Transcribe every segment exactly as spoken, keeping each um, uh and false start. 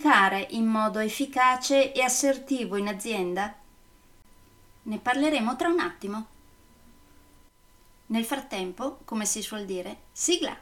comunicare in modo efficace e assertivo in azienda? Ne parleremo tra un attimo. Nel frattempo, come si suol dire, sigla!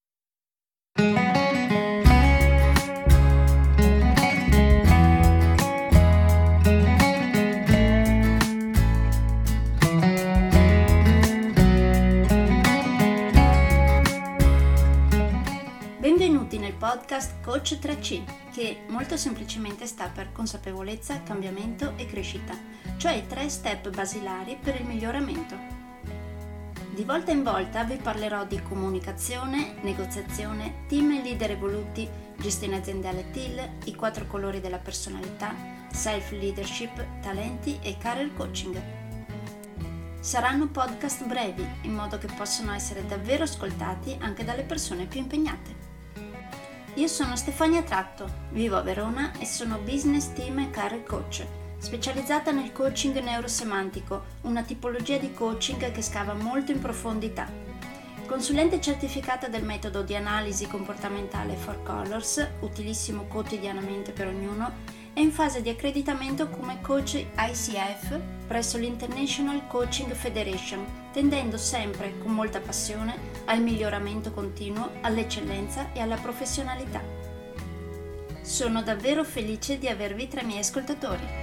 Benvenuti nel podcast Coach tre C, che molto semplicemente sta per consapevolezza, cambiamento e crescita, cioè tre step basilari per il miglioramento. Di volta in volta vi parlerò di comunicazione, negoziazione, team e leader evoluti, gestione aziendale T I L, i quattro colori della personalità, self-leadership, talenti e career coaching. Saranno podcast brevi, in modo che possano essere davvero ascoltati anche dalle persone più impegnate. Io sono Stefania Tratto, vivo a Verona e sono Business Team e Career Coach, specializzata nel coaching neurosemantico, una tipologia di coaching che scava molto in profondità. Consulente certificata del metodo di analisi comportamentale Four Colors, utilissimo quotidianamente per ognuno, è in fase di accreditamento come coach I C F presso l'International Coaching Federation, tendendo sempre con molta passione al miglioramento continuo, all'eccellenza e alla professionalità. Sono davvero felice di avervi tra i miei ascoltatori.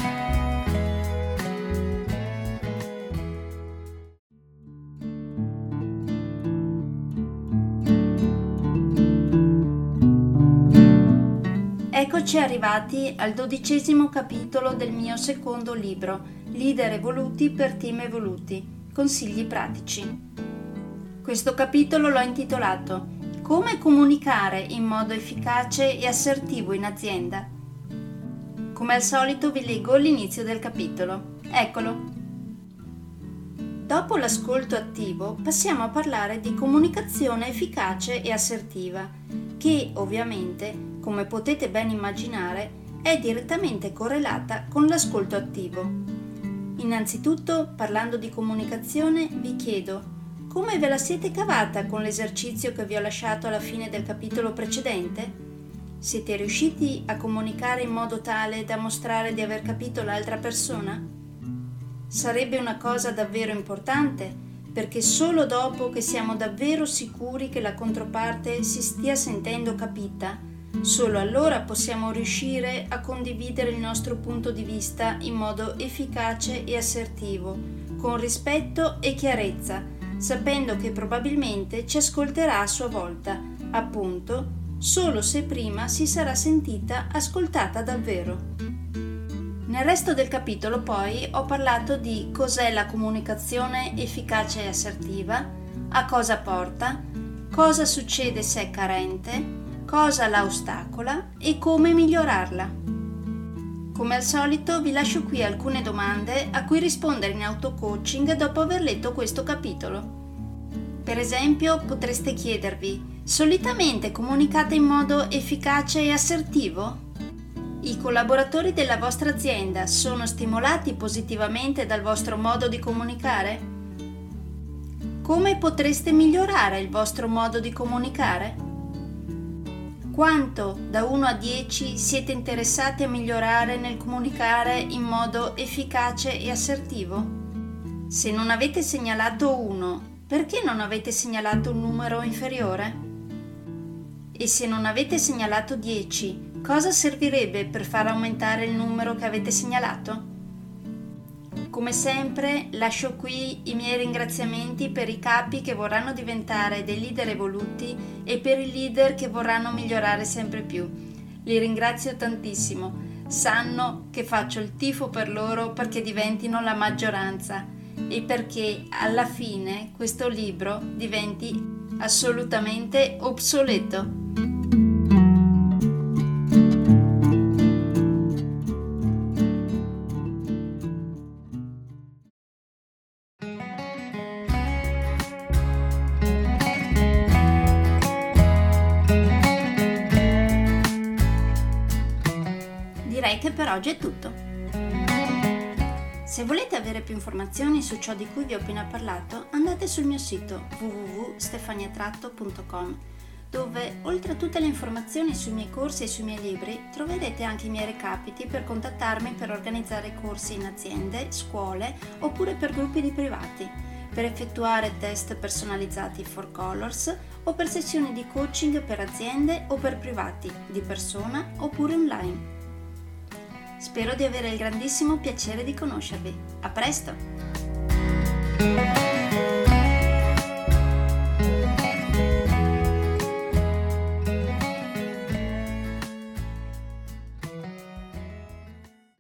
Eccoci arrivati al dodicesimo capitolo del mio secondo libro, Leader evoluti per team evoluti, consigli pratici. Questo capitolo l'ho intitolato Come comunicare in modo efficace e assertivo in azienda. Come al solito vi leggo l'inizio del capitolo. Eccolo. Dopo l'ascolto attivo passiamo a parlare di comunicazione efficace e assertiva, che ovviamente, come potete ben immaginare, è direttamente correlata con l'ascolto attivo. Innanzitutto, parlando di comunicazione, vi chiedo: come ve la siete cavata con l'esercizio che vi ho lasciato alla fine del capitolo precedente? Siete riusciti a comunicare in modo tale da mostrare di aver capito l'altra persona? Sarebbe una cosa davvero importante, perché solo dopo che siamo davvero sicuri che la controparte si stia sentendo capita, solo allora possiamo riuscire a condividere il nostro punto di vista in modo efficace e assertivo, con rispetto e chiarezza, sapendo che probabilmente ci ascolterà a sua volta, appunto, solo se prima si sarà sentita ascoltata davvero. Nel resto del capitolo poi ho parlato di cos'è la comunicazione efficace e assertiva, a cosa porta, cosa succede se è carente, cosa la ostacola e come migliorarla. Come al solito vi lascio qui alcune domande a cui rispondere in auto-coaching dopo aver letto questo capitolo. Per esempio, potreste chiedervi: solitamente comunicate in modo efficace e assertivo? I collaboratori della vostra azienda sono stimolati positivamente dal vostro modo di comunicare? Come potreste migliorare il vostro modo di comunicare? Quanto da uno a dieci siete interessati a migliorare nel comunicare in modo efficace e assertivo? Se non avete segnalato uno, perché non avete segnalato un numero inferiore? E se non avete segnalato dieci, cosa servirebbe per far aumentare il numero che avete segnalato? Come sempre, lascio qui i miei ringraziamenti per i capi che vorranno diventare dei leader evoluti e per i leader che vorranno migliorare sempre più. Li ringrazio tantissimo. Sanno che faccio il tifo per loro perché diventino la maggioranza e perché alla fine questo libro diventi assolutamente obsoleto. Direi che per oggi è tutto. Se volete avere più informazioni su ciò di cui vi ho appena parlato, andate sul mio sito w w w punto stefania tratto punto com. dove, oltre a tutte le informazioni sui miei corsi e sui miei libri, troverete anche i miei recapiti per contattarmi per organizzare corsi in aziende, scuole oppure per gruppi di privati, per effettuare test personalizzati for Colors o per sessioni di coaching per aziende o per privati, di persona oppure online. Spero di avere il grandissimo piacere di conoscervi. A presto!